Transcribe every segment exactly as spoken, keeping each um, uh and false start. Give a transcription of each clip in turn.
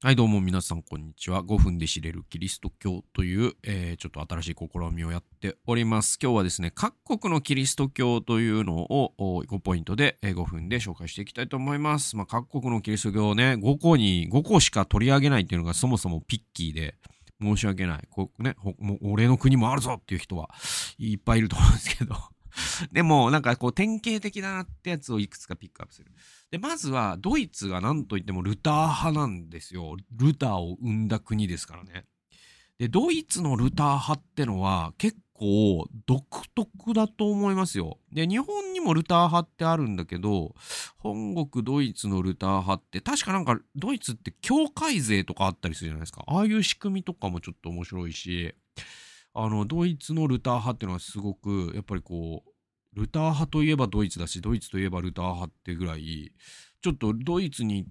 はい、どうも皆さん、こんにちは。ごふんで知れるキリスト教という、えーちょっと新しい試みをやっております。今日はですね、各国のキリスト教というのをおごポイントで、えーごふんで紹介していきたいと思います。まあ、各国のキリスト教をね、ごこに、ごこしか取り上げないっていうのがそもそもピッキーで、申し訳ない。こうね、ほもう俺の国もあるぞっていう人はいっぱいいると思うんですけど。でも、なんかこう典型的だなってやつをいくつかピックアップする。で、まずは、ドイツが何と言ってもルター派なんですよ。ルターを生んだ国ですからね。で、ドイツのルター派ってのは結構独特だと思いますよ。で、日本にもルター派ってあるんだけど、本国ドイツのルター派って、確かなんかドイツって教会税とかあったりするじゃないですか。ああいう仕組みとかもちょっと面白いし、あの、ドイツのルター派っていうのはすごく、やっぱりこう、ルター派といえばドイツだし、ドイツといえばルター派ってぐらい、ちょっとドイツに行って、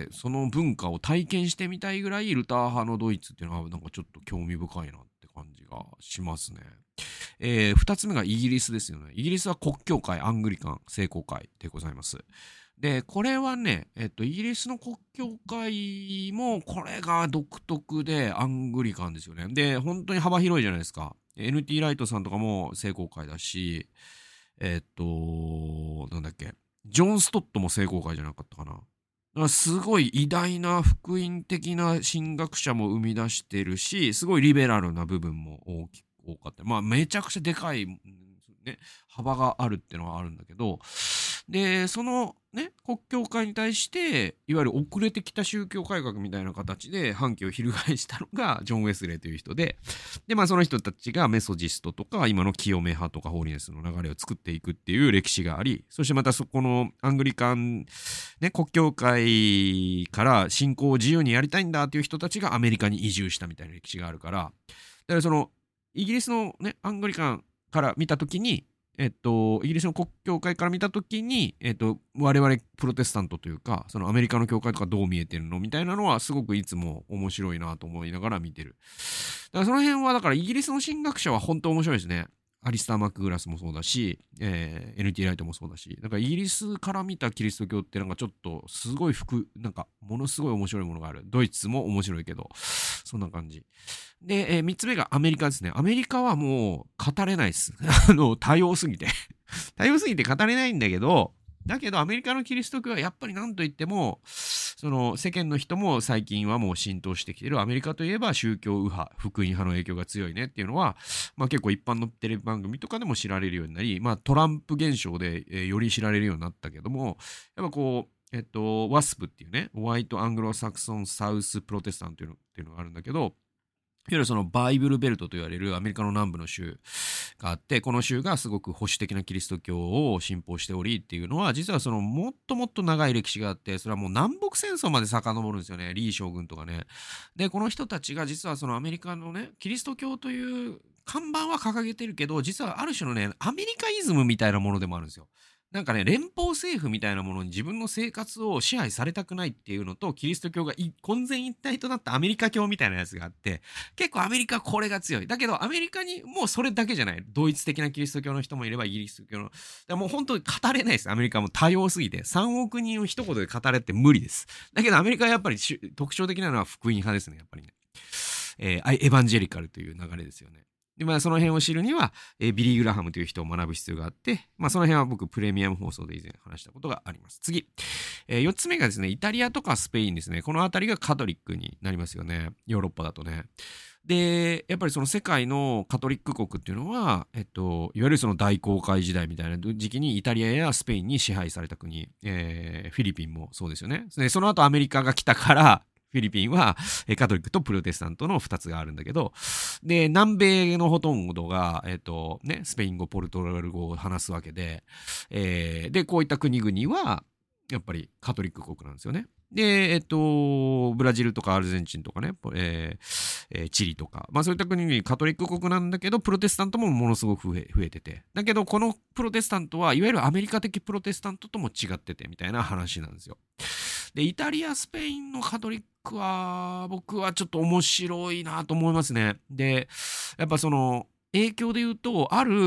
その文化を体験してみたいぐらい、ルター派のドイツっていうのは、なんかちょっと興味深いなって感じがしますね。えー、二つ目がイギリスですよね。イギリスは国教会、アングリカン、聖公会でございます。で、これはね、えっと、イギリスの国教会も、これが独特で、アングリカンですよね。で、本当に幅広いじゃないですか。エヌティー ライトさんとかも聖公会だし、えっと、なんだっけ、ジョン・ストットも聖公会じゃなかったかな。だからすごい偉大な福音的な神学者も生み出してるし、すごいリベラルな部分も大き多かった。まあ、めちゃくちゃでかい、ね、幅があるっていうのはあるんだけど、で、そのね、国教会に対して、いわゆる遅れてきた宗教改革みたいな形で反旗を翻したのがジョン・ウェスレーという人で、で、まあその人たちがメソジストとか、今の清め派とかホーリネスの流れを作っていくっていう歴史があり、そしてまたそこのアングリカン、ね、国教会から信仰を自由にやりたいんだっていう人たちがアメリカに移住したみたいな歴史があるから、だからその、イギリスのね、アングリカンから見たときに、えっと、イギリスの国教会から見たときに、えっと、我々プロテスタントというか、そのアメリカの教会とかどう見えてるのみたいなのは、すごくいつも面白いなと思いながら見てる。だからその辺は、だからイギリスの神学者は本当面白いですね。アリスター・マックグラスもそうだし、えー、エヌティー ライトもそうだし、だからイギリスから見たキリスト教ってなんかちょっとすごい服、なんかものすごい面白いものがある。ドイツも面白いけど、そんな感じ。で、えー、みっつめがアメリカですね。アメリカはもう語れないです。あの、多様すぎて。多様すぎて語れないんだけど、だけどアメリカのキリスト教はやっぱり何と言っても、その世間の人も最近はもう浸透してきてる。アメリカといえば宗教右派、福音派の影響が強いねっていうのは、まあ結構一般のテレビ番組とかでも知られるようになり、まあトランプ現象で、えーより知られるようになったけども、やっぱこう、えっと、ワスプっていうね、ホワイト・アングロ・サクソン・サウス・プロテスタントというのっていうのがあるんだけど、いわゆるそのバイブルベルトと言われるアメリカの南部の州があって、この州がすごく保守的なキリスト教を信奉しておりっていうのは、実はそのもっともっと長い歴史があって、それはもう南北戦争まで遡るんですよね。リー将軍とかね。で、この人たちが実はそのアメリカのね、キリスト教という看板は掲げてるけど、実はある種のね、アメリカイズムみたいなものでもあるんですよ。なんかね、連邦政府みたいなものに自分の生活を支配されたくないっていうのと、キリスト教が混然一体となったアメリカ教みたいなやつがあって、結構アメリカはこれが強い。だけどアメリカにもうそれだけじゃない。ドイツ的なキリスト教の人もいればイギリス教の。だからもう本当に語れないです。アメリカも多様すぎて。さんおく人を一言で語れって無理です。だけどアメリカはやっぱり特徴的なのは福音派ですね。やっぱりね。えー、エヴァンジェリカルという流れですよね。で、まあ、その辺を知るには、えービリー・グラハムという人を学ぶ必要があって、まあ、その辺は僕、プレミアム放送で以前話したことがあります。次。えー、よっつめがですね、イタリアとかスペインですね。このあたりがカトリックになりますよね。ヨーロッパだとね。で、やっぱりその世界のカトリック国っていうのは、えっと、いわゆるその大航海時代みたいな時期にイタリアやスペインに支配された国、えーフィリピンもそうですよね。で、その後アメリカが来たから、フィリピンはえーカトリックとプロテスタントのふたつがあるんだけど、で、南米のほとんどが、えっと、ね、スペイン語、ポルトガル語を話すわけで、えーで、こういった国々は、やっぱりカトリック国なんですよね。で、えっと、ブラジルとかアルゼンチンとかね、えーえーチリとか、まあそういった国々カトリック国なんだけど、プロテスタントもものすごく増え増えてて。だけど、このプロテスタントはいわゆるアメリカ的プロテスタントとも違ってて、みたいな話なんですよ。で、イタリア、スペインのカトリックは、僕はちょっと面白いなと思いますね。で、やっぱその、影響で言うと、ある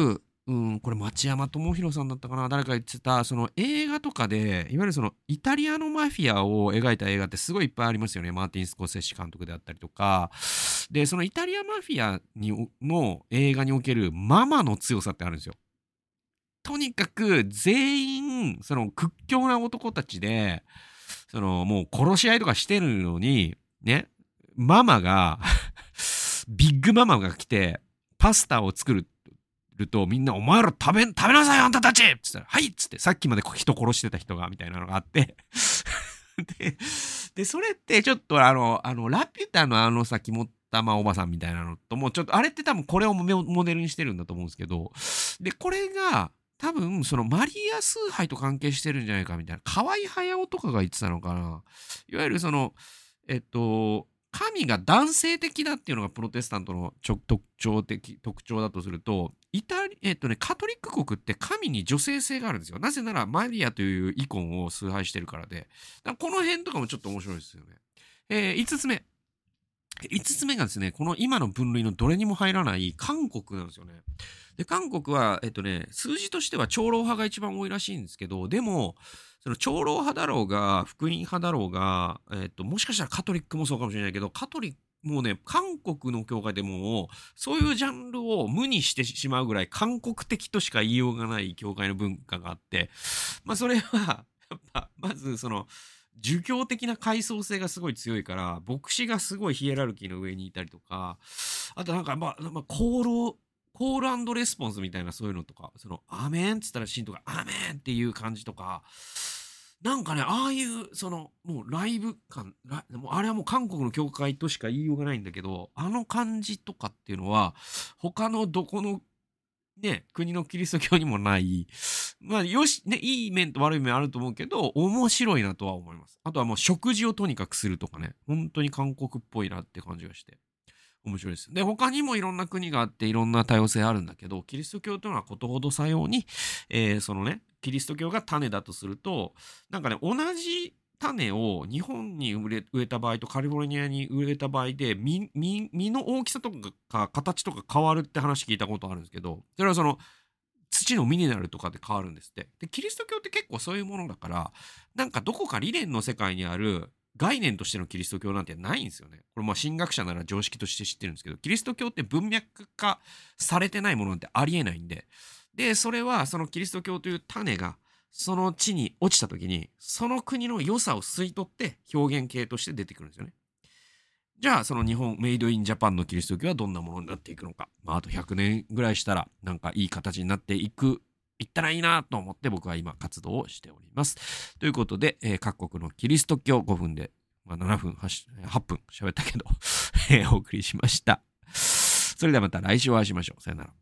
うん、これ町山智博さんだったかな、誰か言ってた、その映画とかで、いわゆるそのイタリアのマフィアを描いた映画ってすごいいっぱいありますよね。マーティン・スコセッシ監督であったりとか。で、そのイタリアマフィアにの映画におけるママの強さってあるんですよ。とにかく全員、その屈強な男たちで、そのもう殺し合いとかしてるのに、ね、ママが、ビッグママが来て、パスタを作ると、みんな、お前ら食べ、食べなさいあんたたちっつったら、はいっつって、さっきまで人殺してた人が、みたいなのがあって、で、で、それってちょっとあの、あの、ラピュタのあのさ、肝っ玉おばさんみたいなのとも、ちょっと、あれって多分これをモデルにしてるんだと思うんですけど、で、これが、多分、そのマリア崇拝と関係してるんじゃないかみたいな、河合隼とかが言ってたのかな。いわゆるその、えっと、神が男性的だっていうのがプロテスタントの特徴的、特徴だとすると、イタリ、えっとね、カトリック国って神に女性性があるんですよ。なぜならマリアというイコンを崇拝してるからで。だからこの辺とかもちょっと面白いですよね。えー、いつつめ。いつつめがですね、この今の分類のどれにも入らない韓国なんですよね。で、韓国は、えっとね、数字としては長老派が一番多いらしいんですけど、でも、その長老派だろうが、福音派だろうが、えっと、もしかしたらカトリックもそうかもしれないけど、カトリック、もうね、韓国の教会でも、そういうジャンルを無にしてしまうぐらい韓国的としか言いようがない教会の文化があって、まあそれは、やっぱ、まずその、儒教的な階層性がすごい強いから、牧師がすごいヒエラルキーの上にいたりとか、あとなんか、まあ、まあ、コール、コールレスポンスみたいなそういうのとか、その、アーメンっつったら信徒が、アーメンっていう感じとか、なんかね、ああいう、その、もうライブ感、もうあれはもう韓国の教会としか言いようがないんだけど、あの感じとかっていうのは、他のどこの、ね、国のキリスト教にもない、まあ、よし、ね、いい面と悪い面あると思うけど、面白いなとは思います。あとはもう食事をとにかくするとかね、本当に韓国っぽいなって感じがして。面白いです。で、他にもいろんな国があっていろんな多様性あるんだけど、キリスト教というのはことほどさように、えー、そのね、キリスト教が種だとすると、なんかね、同じ種を日本に植えた場合とカリフォルニアに植えた場合で、実、実、実の大きさとか形とか変わるって話聞いたことあるんですけど、それはその、土のミネラルとかで変わるんですって。で、キリスト教って結構そういうものだから、なんかどこか理念の世界にある概念としてのキリスト教なんてないんですよね。これまあ神学者なら常識として知ってるんですけど、キリスト教って文脈化されてないものなんてありえないんで。で、それはそのキリスト教という種がその地に落ちた時に、その国の良さを吸い取って表現形として出てくるんですよね。じゃあ、その日本、メイドインジャパンのキリスト教はどんなものになっていくのか。まあ、あとひゃくねんぐらいしたら、なんかいい形になっていく、いったらいいなと思って僕は今活動をしております。ということで、えー、各国のキリスト教ごふんで、まあ、ななふん、はちぷん喋ったけど、えー、お送りしました。それではまた来週お会いしましょう。さよなら。